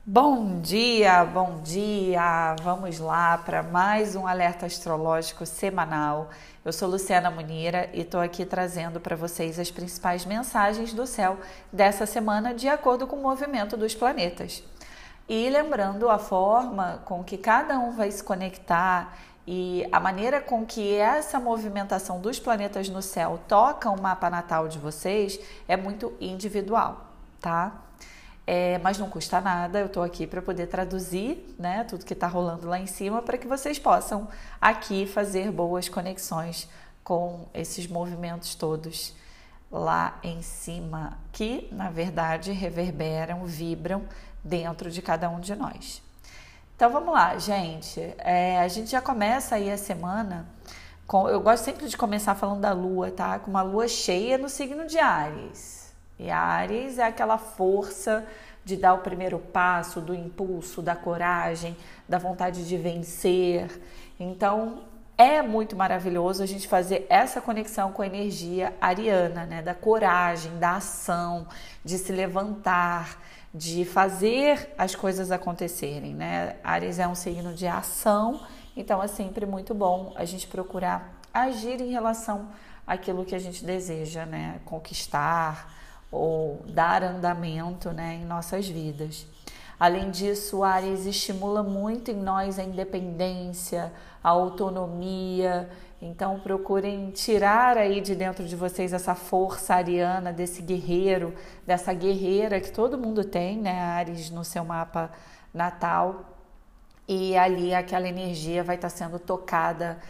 Bom dia, bom dia! Vamos lá para mais um alerta astrológico semanal. Eu sou Luciana Munira e estou aqui trazendo para vocês as principais mensagens do céu dessa semana de acordo com o movimento dos planetas. E lembrando a forma com que cada um vai se conectar e a maneira com que essa movimentação dos planetas no céu toca o mapa natal de vocês é muito individual, tá? Mas não custa nada, eu estou aqui para poder traduzir, né, tudo que está rolando lá em cima para que vocês possam aqui fazer boas conexões com esses movimentos todos lá em cima, que na verdade reverberam, vibram dentro de cada um de nós. Então vamos lá, gente. A gente já começa aí a semana eu gosto sempre de começar falando da lua, tá? Com uma lua cheia no signo de Áries. E Áries é aquela força de dar o primeiro passo, do impulso, da coragem, da vontade de vencer. Então, é muito maravilhoso a gente fazer essa conexão com a energia ariana, né? Da coragem, da ação, de se levantar, de fazer as coisas acontecerem, né? Áries é um signo de ação, então é sempre muito bom a gente procurar agir em relação àquilo que a gente deseja, né? Conquistar ou dar andamento, né, em nossas vidas. Além disso, Áries estimula muito em nós a independência, a autonomia. Então procurem tirar aí de dentro de vocês essa força ariana, desse guerreiro, dessa guerreira que todo mundo tem, né, Áries no seu mapa natal. E ali aquela energia vai estar sendo tocada,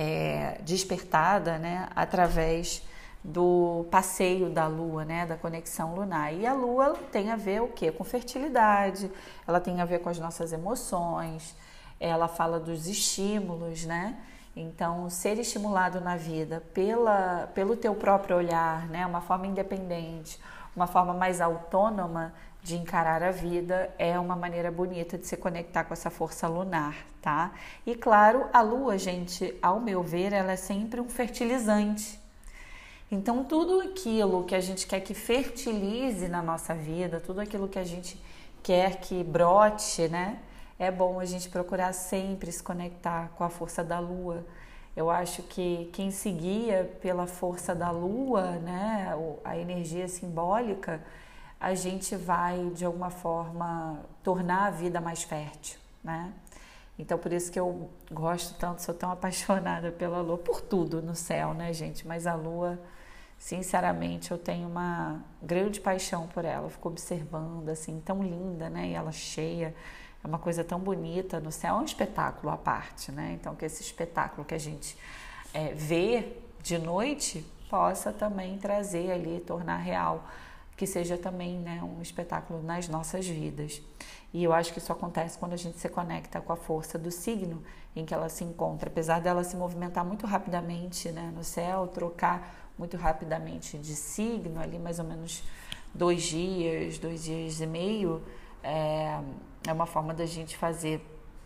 despertada, né, através do passeio da lua, né, da conexão lunar. E a lua tem a ver o quê? Com fertilidade, ela tem a ver com as nossas emoções, ela fala dos estímulos, né? Então, ser estimulado na vida pelo teu próprio olhar, né, uma forma independente, uma forma mais autônoma de encarar a vida é uma maneira bonita de se conectar com essa força lunar, tá? E claro, a lua, gente, ao meu ver, ela é sempre um fertilizante. Então, tudo aquilo que a gente quer que fertilize na nossa vida, tudo aquilo que a gente quer que brote, né? É bom a gente procurar sempre se conectar com a força da lua. Eu acho que quem se guia pela força da lua, né? A energia simbólica, a gente vai, de alguma forma, tornar a vida mais fértil, né? Então, por isso que eu gosto tanto, sou tão apaixonada pela lua, por tudo no céu, né, gente? Mas a lua, sinceramente, eu tenho uma grande paixão por ela. Eu fico observando, assim, tão linda, né? E ela cheia, é uma coisa tão bonita no céu, é um espetáculo à parte, né? Então, que esse espetáculo que a gente vê de noite possa também trazer ali, tornar real, que seja também, né, um espetáculo nas nossas vidas. E eu acho que isso acontece quando a gente se conecta com a força do signo em que ela se encontra. Apesar dela se movimentar muito rapidamente, né, no céu, trocar muito rapidamente de signo, ali mais ou menos 2 dias e meio, é uma forma da gente fazer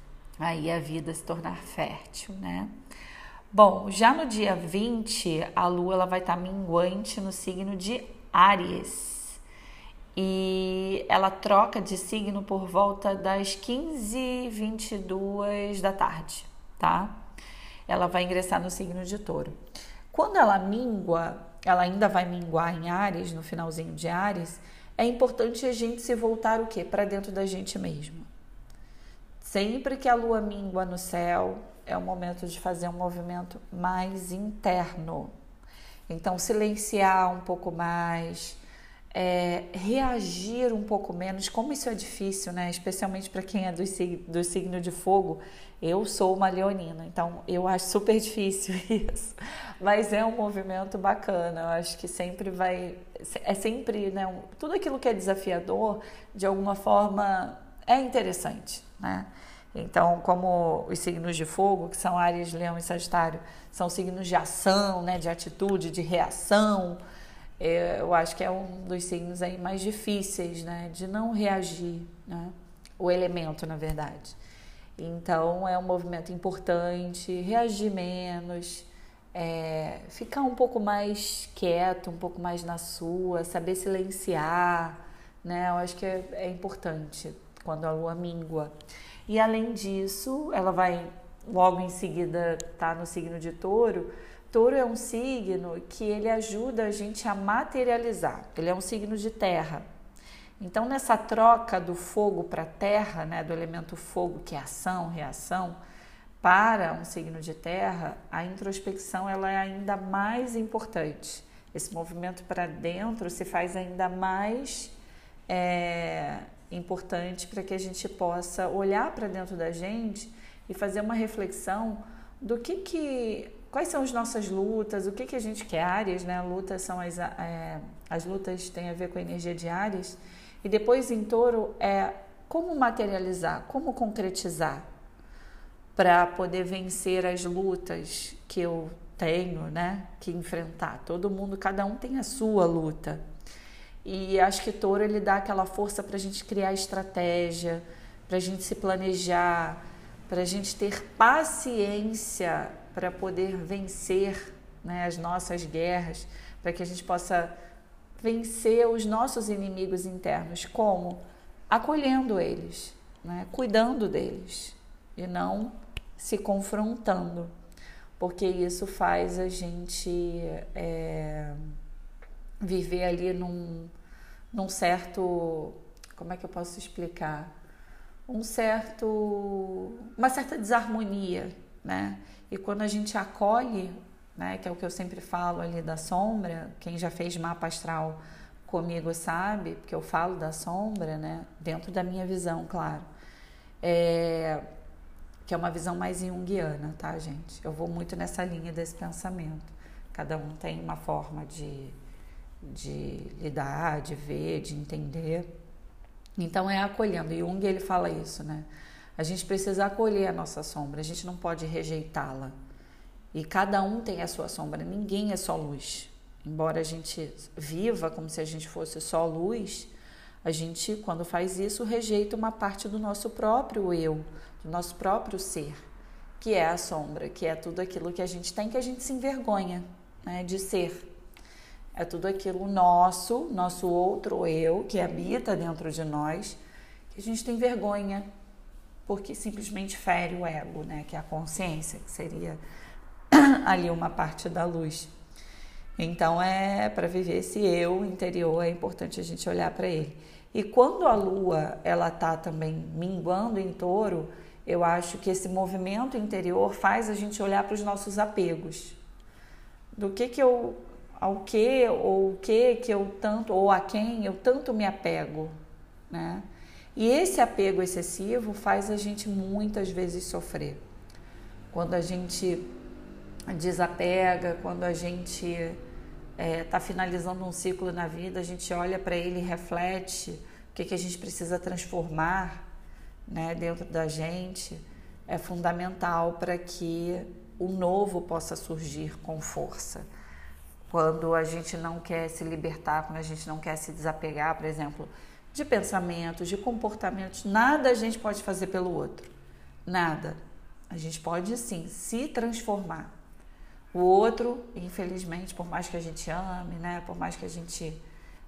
aí a vida se tornar fértil, né? Bom, já no dia 20, a lua ela vai estar minguante no signo de Áries. E ela troca de signo por volta das 15h22 da tarde, tá? Ela vai ingressar no signo de Touro. Quando ela mingua, ela ainda vai minguar em Áries, no finalzinho de Áries, é importante a gente se voltar o quê? Para dentro da gente mesmo. Sempre que a lua mingua no céu, é o momento de fazer um movimento mais interno. Então, silenciar um pouco mais, reagir um pouco menos. Como isso é difícil, né? Especialmente para quem é do signo de fogo. Eu sou uma leonina, então eu acho super difícil isso. Mas é um movimento bacana. Eu acho que sempre é sempre, né? Tudo aquilo que é desafiador, de alguma forma, é interessante, né? Então, como os signos de fogo, que são Áries, Leão e Sagitário, são signos de ação, né? De atitude, de reação. Eu acho que é um dos signos aí mais difíceis, né, de não reagir, né, o elemento, na verdade. Então, é um movimento importante, reagir menos, ficar um pouco mais quieto, um pouco mais na sua, saber silenciar, né, eu acho que é importante quando a lua mingua. E além disso, ela vai logo em seguida estar no signo de Touro. Touro é um signo que ele ajuda a gente a materializar. Ele é um signo de terra. Então, nessa troca do fogo para a terra, né, do elemento fogo, que é ação, reação, para um signo de terra, a introspecção ela é ainda mais importante. Esse movimento para dentro se faz ainda mais importante para que a gente possa olhar para dentro da gente e fazer uma reflexão do quais são as nossas lutas, o que a gente quer. Áries, né? Lutas são as lutas têm a ver com a energia de Áries. E depois em Touro é como materializar, como concretizar para poder vencer as lutas que eu tenho, né, que enfrentar. Todo mundo, cada um tem a sua luta. E acho que Touro ele dá aquela força para a gente criar estratégia, para a gente se planejar, para a gente ter paciência para poder vencer, né, as nossas guerras, para que a gente possa vencer os nossos inimigos internos. Como? Acolhendo eles, né, cuidando deles e não se confrontando, porque isso faz a gente viver ali num certo, como é que eu posso explicar? Uma certa desarmonia, né? E quando a gente acolhe, né, que é o que eu sempre falo ali da sombra, quem já fez mapa astral comigo sabe, porque eu falo da sombra, né, dentro da minha visão, claro, que é uma visão mais junguiana, tá, gente? Eu vou muito nessa linha desse pensamento. Cada um tem uma forma de lidar, de ver, de entender. Então é acolhendo. E Jung ele fala isso, né? A gente precisa acolher a nossa sombra, a gente não pode rejeitá-la. E cada um tem a sua sombra, ninguém é só luz. Embora a gente viva como se a gente fosse só luz, a gente, quando faz isso, rejeita uma parte do nosso próprio eu, do nosso próprio ser, que é a sombra, que é tudo aquilo que a gente tem, que a gente se envergonha, né, de ser. É tudo aquilo nosso outro eu, que habita dentro de nós, que a gente tem vergonha, porque simplesmente fere o ego, né, que é a consciência, que seria ali uma parte da luz. Então, para viver esse eu interior, é importante a gente olhar para ele. E quando a lua ela está também minguando em Touro, eu acho que esse movimento interior faz a gente olhar para os nossos apegos. Do que eu, ao que, ou o que eu tanto, ou a quem eu tanto me apego, né? E esse apego excessivo faz a gente muitas vezes sofrer. Quando a gente desapega, quando a gente está finalizando um ciclo na vida, a gente olha para ele e reflete o que a gente precisa transformar, né, dentro da gente. É fundamental para que o novo possa surgir com força. Quando a gente não quer se libertar, quando a gente não quer se desapegar, por exemplo, de pensamentos, de comportamentos, nada a gente pode fazer pelo outro. Nada. A gente pode, sim, se transformar. O outro, infelizmente, por mais que a gente ame, né, por mais que a gente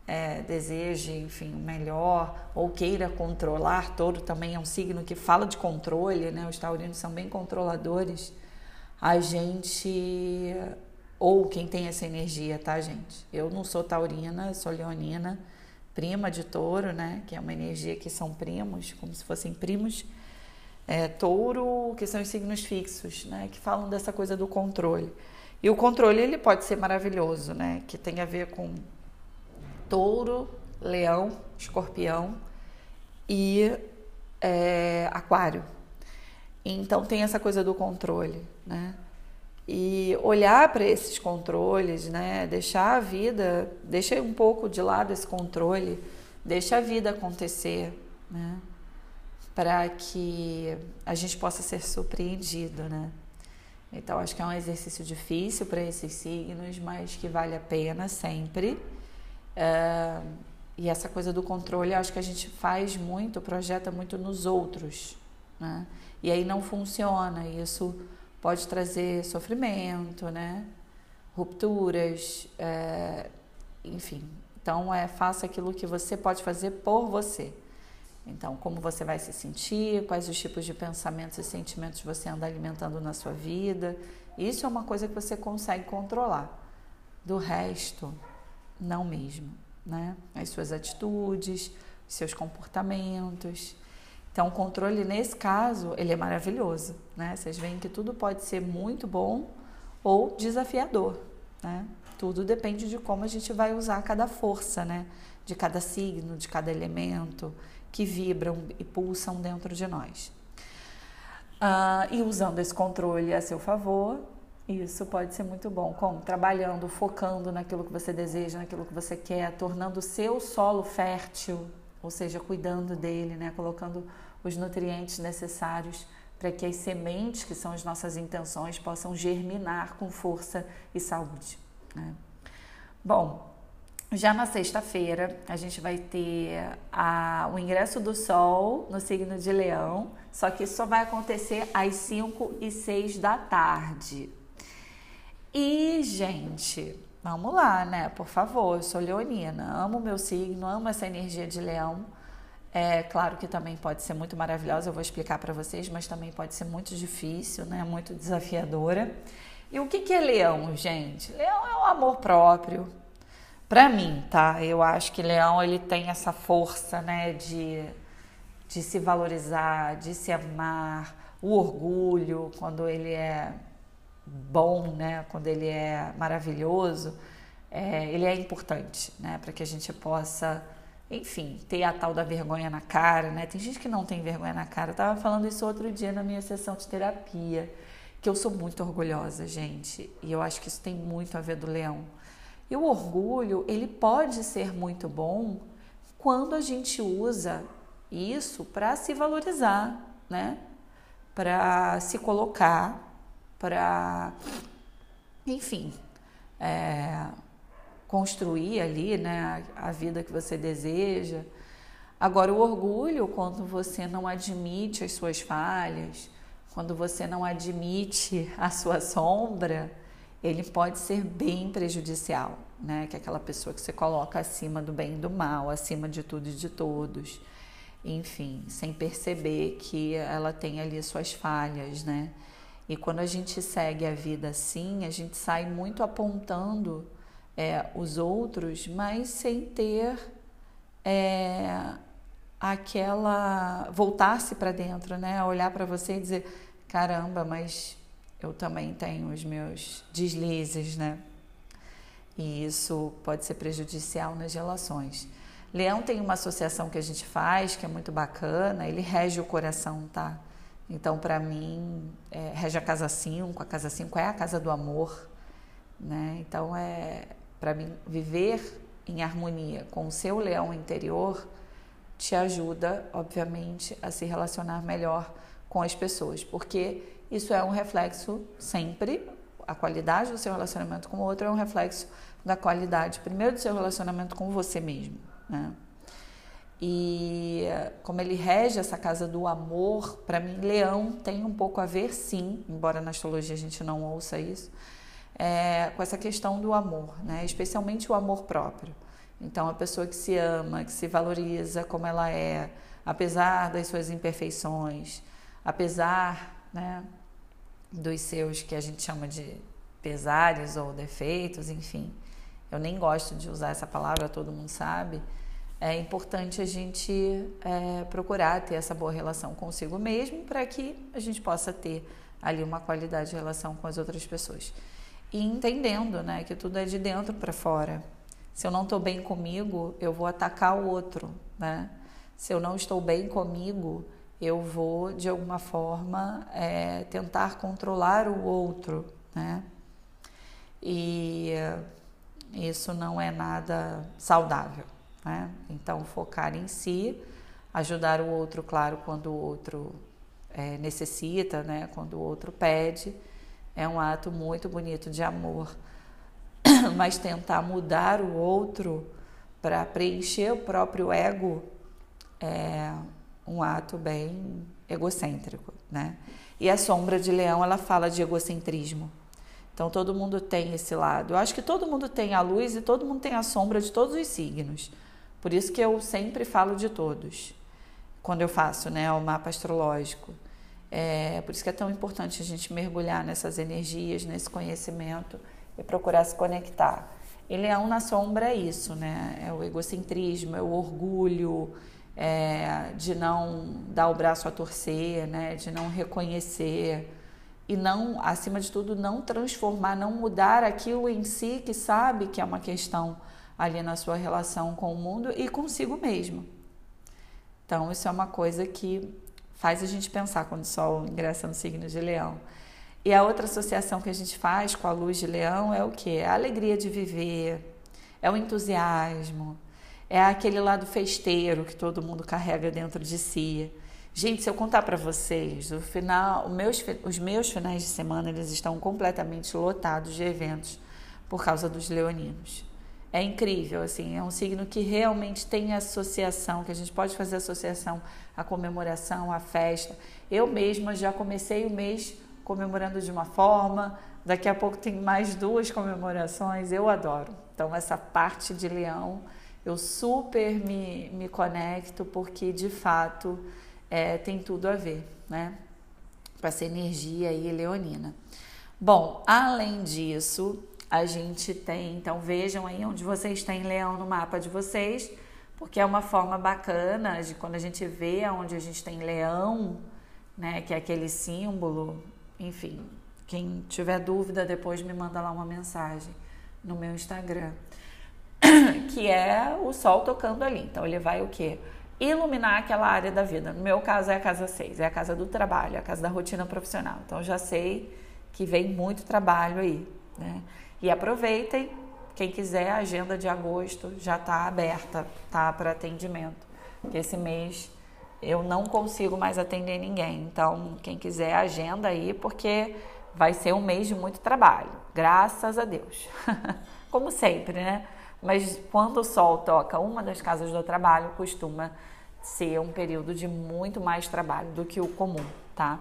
deseje, enfim, o melhor, ou queira controlar, Touro também é um signo que fala de controle, né, os taurinos são bem controladores, a gente, ou quem tem essa energia, tá, gente? Eu não sou taurina, sou leonina, prima de Touro, né, que é uma energia que são primos, como se fossem primos. Touro, que são os signos fixos, né, que falam dessa coisa do controle. E o controle ele pode ser maravilhoso, né, que tem a ver com Touro, Leão, Escorpião e Aquário. Então tem essa coisa do controle, né? E olhar para esses controles, né, deixar a vida, deixa um pouco de lado esse controle, deixa a vida acontecer, né? Para que a gente possa ser surpreendido, né? Então, acho que é um exercício difícil para esses signos, mas que vale a pena sempre. E essa coisa do controle, acho que a gente faz muito, projeta muito nos outros, né? E aí não funciona, e isso pode trazer sofrimento, né? Rupturas, enfim. Então, faça aquilo que você pode fazer por você. Então, como você vai se sentir, quais os tipos de pensamentos e sentimentos você anda alimentando na sua vida. Isso é uma coisa que você consegue controlar. Do resto, não mesmo, né? As suas atitudes, os seus comportamentos. Então, o controle, nesse caso, ele é maravilhoso, né? Vocês veem que tudo pode ser muito bom ou desafiador, né? Tudo depende de como a gente vai usar cada força, né? De cada signo, de cada elemento que vibram e pulsam dentro de nós. E usando esse controle a seu favor, isso pode ser muito bom. Como? Trabalhando, focando naquilo que você deseja, naquilo que você quer, tornando o seu solo fértil, ou seja, cuidando dele, né? Colocando os nutrientes necessários para que as sementes, que são as nossas intenções, possam germinar com força e saúde, né? Bom, já na sexta-feira a gente vai ter o ingresso do Sol no signo de Leão, só que isso só vai acontecer às 5h06 da tarde. E, gente, vamos lá, né? Por favor, eu sou leonina, amo o meu signo, amo essa energia de Leão. É claro que também pode ser muito maravilhosa, eu vou explicar para vocês, mas também pode ser muito difícil, né? Muito desafiadora. E o que é Leão, gente? Leão é o amor próprio. Para mim, tá? Eu acho que Leão, ele tem essa força, né? De se valorizar, de se amar, o orgulho, quando ele é bom, né? Quando ele é maravilhoso, ele é importante, né? Para que a gente possa, enfim, ter a tal da vergonha na cara, né? Tem gente que não tem vergonha na cara. Eu tava falando isso outro dia na minha sessão de terapia, que eu sou muito orgulhosa, gente, e eu acho que isso tem muito a ver do Leão. E o orgulho, ele pode ser muito bom quando a gente usa isso para se valorizar, né? Para se colocar, para, enfim, construir ali, né, a vida que você deseja. Agora, o orgulho, quando você não admite as suas falhas, quando você não admite a sua sombra, ele pode ser bem prejudicial, né? Que é aquela pessoa que você coloca acima do bem e do mal, acima de tudo e de todos, enfim, sem perceber que ela tem ali suas falhas, né? E quando a gente segue a vida assim, a gente sai muito apontando os outros, mas sem ter voltar-se para dentro, né? Olhar para você e dizer, caramba, mas eu também tenho os meus deslizes, né? E isso pode ser prejudicial nas relações. Leão tem uma associação que a gente faz, que é muito bacana, ele rege o coração, tá? Então, para mim, rege a casa 5 é a casa do amor, né? Então, para mim, viver em harmonia com o seu leão interior te ajuda, obviamente, a se relacionar melhor com as pessoas, porque isso é um reflexo sempre, a qualidade do seu relacionamento com o outro é um reflexo da qualidade, primeiro, do seu relacionamento com você mesmo, né? E como ele rege essa casa do amor, para mim, Leão tem um pouco a ver, sim, embora na astrologia a gente não ouça isso, com essa questão do amor, né? Especialmente o amor próprio. Então, a pessoa que se ama, que se valoriza como ela é, apesar das suas imperfeições, apesar, né, dos seus, que a gente chama de pesares ou defeitos, enfim. Eu nem gosto de usar essa palavra, todo mundo sabe. É importante a gente procurar ter essa boa relação consigo mesmo para que a gente possa ter ali uma qualidade de relação com as outras pessoas. E entendendo, né, que tudo é de dentro para fora. Se eu não estou bem comigo, eu vou atacar o outro, né? Se eu não estou bem comigo, eu vou, de alguma forma, tentar controlar o outro, né? E isso não é nada saudável, né? Então, focar em si, ajudar o outro, claro, quando o outro necessita, né? Quando o outro pede, é um ato muito bonito de amor. Mas tentar mudar o outro para preencher o próprio ego é um ato bem egocêntrico, né? E a sombra de Leão, ela fala de egocentrismo. Então, todo mundo tem esse lado. Eu acho que todo mundo tem a luz e todo mundo tem a sombra de todos os signos. Por isso que eu sempre falo de todos. quando eu faço, né, o mapa astrológico. Por isso que é tão importante a gente mergulhar nessas energias, nesse conhecimento e procurar se conectar. E Leão na sombra é isso, né? É o egocentrismo, é o orgulho, de não dar o braço a torcer, né? De não reconhecer e não, acima de tudo, não transformar, não mudar aquilo em si que sabe que é uma questão ali na sua relação com o mundo e consigo mesmo. Então, isso é uma coisa que faz a gente pensar quando o Sol ingressa no signo de Leão. E a outra associação que a gente faz com a luz de Leão é o quê? É a alegria de viver, é o entusiasmo, é aquele lado festeiro que todo mundo carrega dentro de si. Gente, se eu contar para vocês, os meus finais de semana eles estão completamente lotados de eventos por causa dos leoninos. É incrível, assim, é um signo que realmente tem associação, que a gente pode fazer associação à comemoração, à festa. Eu mesma já comecei o mês comemorando de uma forma, daqui a pouco tem mais 2 comemorações, eu adoro. Então, essa parte de Leão, eu super me conecto, porque, de fato, tem tudo a ver, né? Com essa energia aí leonina. Bom, além disso, a gente tem, então vejam aí onde vocês têm Leão no mapa de vocês, porque é uma forma bacana de quando a gente vê onde a gente tem Leão, né, que é aquele símbolo. Enfim, quem tiver dúvida depois me manda lá uma mensagem no meu Instagram, que é o Sol tocando ali. Então ele vai o quê? Iluminar aquela área da vida. No meu caso é a casa 6, é a casa do trabalho, é a casa da rotina profissional. Então eu já sei que vem muito trabalho aí, né? E aproveitem, quem quiser, a agenda de agosto já está aberta, tá, para atendimento. Porque esse mês eu não consigo mais atender ninguém. Então, quem quiser, agenda aí, porque vai ser um mês de muito trabalho. Graças a Deus. Como sempre, né? Mas quando o Sol toca uma das casas do trabalho, costuma ser um período de muito mais trabalho do que o comum, tá?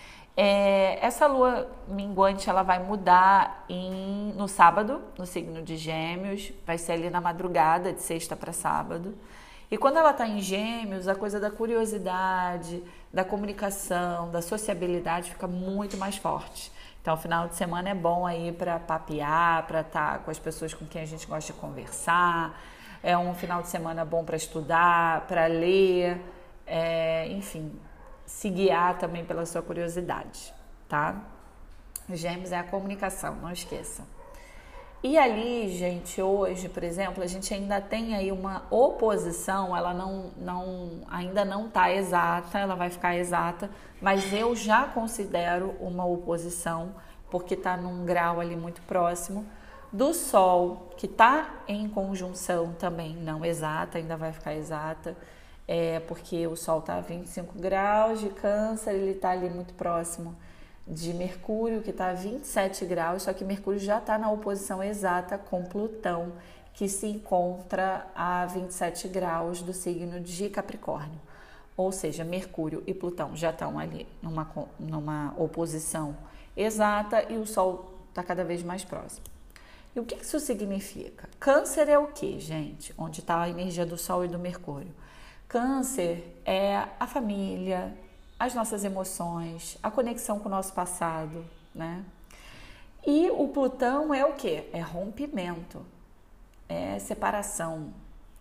Essa lua minguante, ela vai mudar no sábado, no signo de Gêmeos. Vai ser ali na madrugada, de sexta para sábado. E quando ela está em Gêmeos, a coisa da curiosidade, da comunicação, da sociabilidade fica muito mais forte. Então, o final de semana é bom aí para papear, para estar com as pessoas com quem a gente gosta de conversar. É um final de semana bom para estudar, para ler, enfim, se guiar também pela sua curiosidade, tá? Gêmeos é a comunicação, não esqueça. E ali, gente, hoje, por exemplo, a gente ainda tem aí uma oposição, ela ainda não está exata, ela vai ficar exata, mas eu já considero uma oposição, porque está num grau ali muito próximo do Sol, que está em conjunção também, não exata, ainda vai ficar exata, porque o Sol está a 25 graus de Câncer, ele está ali muito próximo de Mercúrio, que está a 27 graus, só que Mercúrio já está na oposição exata com Plutão, que se encontra a 27 graus do signo de Capricórnio. Ou seja, Mercúrio e Plutão já estão ali numa oposição exata e o Sol está cada vez mais próximo. E o que isso significa? Câncer é o quê, gente? Onde está a energia do Sol e do Mercúrio? Câncer é a família, as nossas emoções, a conexão com o nosso passado, né? E o Plutão é o quê? É rompimento, é separação,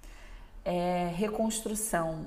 é reconstrução,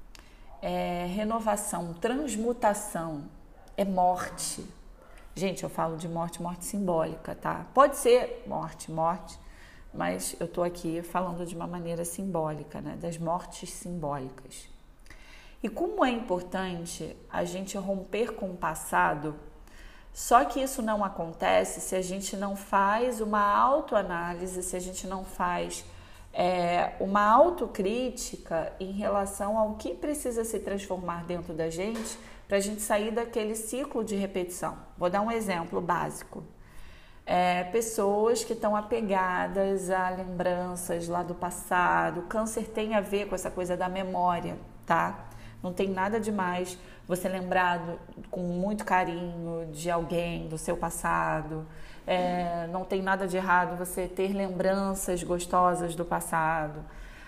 é renovação, transmutação, é morte. Gente, eu falo de morte simbólica, tá? Pode ser morte, mas eu tô aqui falando de uma maneira simbólica, né? Das mortes simbólicas. E como é importante a gente romper com o passado, só que isso não acontece se a gente não faz uma autoanálise, se a gente não faz uma autocrítica em relação ao que precisa se transformar dentro da gente para a gente sair daquele ciclo de repetição. Vou dar um exemplo básico. Pessoas que estão apegadas a lembranças lá do passado. O câncer tem a ver com essa coisa da memória, tá? Não tem nada demais você lembrar com muito carinho de alguém, do seu passado. Não tem nada de errado você ter lembranças gostosas do passado.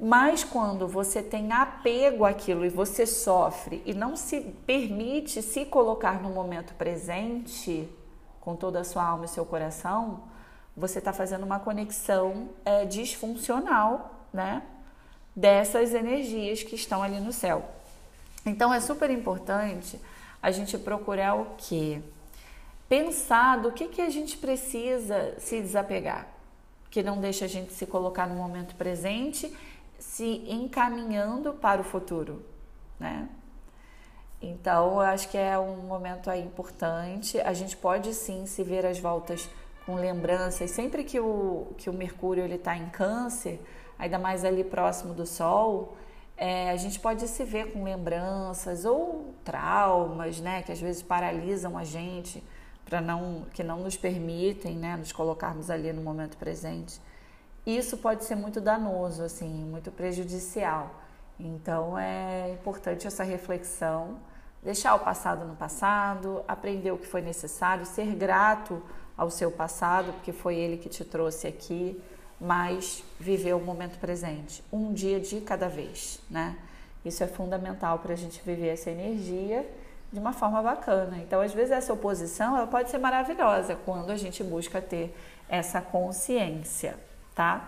Mas quando você tem apego àquilo e você sofre e não se permite se colocar no momento presente com toda a sua alma e seu coração, você está fazendo uma conexão disfuncional, né, dessas energias que estão ali no céu. Então é super importante a gente procurar o quê? Pensar do que a gente precisa se desapegar, que não deixa a gente se colocar no momento presente, se encaminhando para o futuro, né? Então, eu acho que é um momento aí importante. A gente pode sim se ver às voltas com lembranças. Sempre que o Mercúrio está em Câncer, ainda mais ali próximo do Sol, a gente pode se ver com lembranças ou traumas, né? Que às vezes paralisam a gente, que não nos permitem, né, nos colocarmos ali no momento presente. Isso pode ser muito danoso, assim, muito prejudicial. Então é importante essa reflexão, deixar o passado no passado, aprender o que foi necessário, ser grato ao seu passado, porque foi ele que te trouxe aqui, mas viver o momento presente, um dia de cada vez, né? Isso é fundamental para a gente viver essa energia de uma forma bacana. Então, às vezes, essa oposição ela pode ser maravilhosa quando a gente busca ter essa consciência, tá?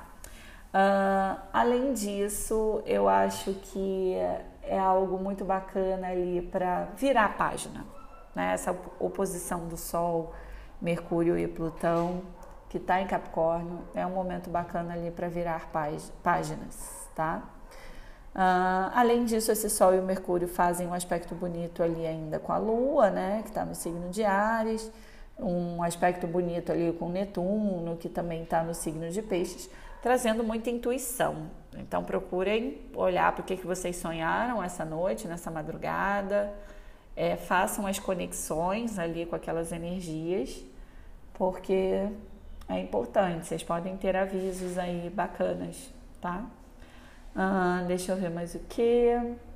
Além disso, eu acho que é algo muito bacana ali para virar a página, né? Essa oposição do Sol, Mercúrio e Plutão, que está em Capricórnio, é um momento bacana ali para virar páginas, tá? Além disso, esse Sol e o Mercúrio fazem um aspecto bonito ali ainda com a Lua, né, que está no signo de Áries, um aspecto bonito ali com Netuno, que também está no signo de Peixes, trazendo muita intuição. Então, procurem olhar para o que vocês sonharam essa noite, nessa madrugada, façam as conexões ali com aquelas energias, porque é importante, vocês podem ter avisos aí bacanas, tá? Deixa eu ver mais o que.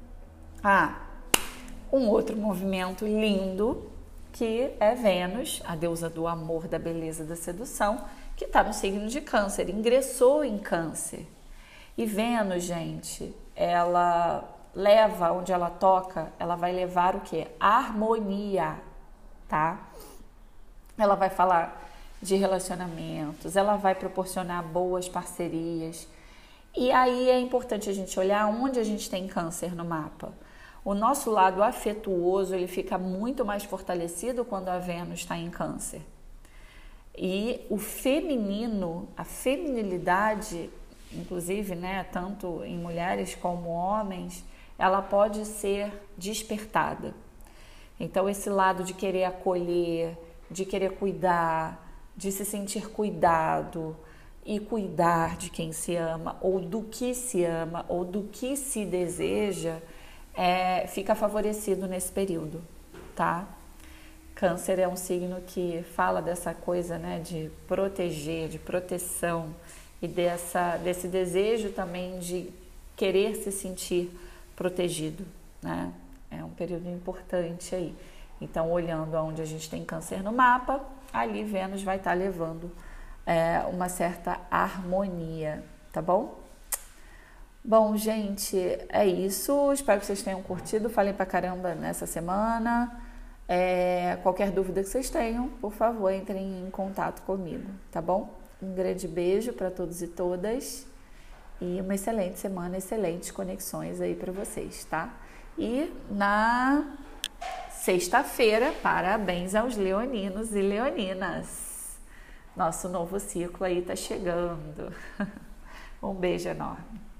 Um outro movimento lindo, que é Vênus, a deusa do amor, da beleza, da sedução, que está no signo de Câncer, ingressou em Câncer. E Vênus, gente, ela leva, onde ela toca, ela vai levar o quê? Harmonia, tá? Ela vai falar de relacionamentos, ela vai proporcionar boas parcerias. E aí é importante a gente olhar onde a gente tem Câncer no mapa. O nosso lado afetuoso, ele fica muito mais fortalecido quando a Vênus está em Câncer. E o feminino, a feminilidade, inclusive, né, tanto em mulheres como homens, ela pode ser despertada. Então, esse lado de querer acolher, de querer cuidar, de se sentir cuidado e cuidar de quem se ama, ou do que se ama, ou do que se deseja, fica favorecido nesse período, tá? Câncer é um signo que fala dessa coisa, né, de proteger, de proteção e desse desejo também de querer se sentir protegido, né? É um período importante aí. Então, olhando onde a gente tem Câncer no mapa, ali Vênus vai estar levando uma certa harmonia, tá bom? Bom, gente, é isso. Espero que vocês tenham curtido. Falei pra caramba nessa semana. Qualquer dúvida que vocês tenham, por favor, entrem em contato comigo, tá bom? Um grande beijo para todos e todas e uma excelente semana, excelentes conexões aí para vocês, tá? E na sexta-feira, parabéns aos leoninos e leoninas. Nosso novo ciclo aí tá chegando. Um beijo enorme.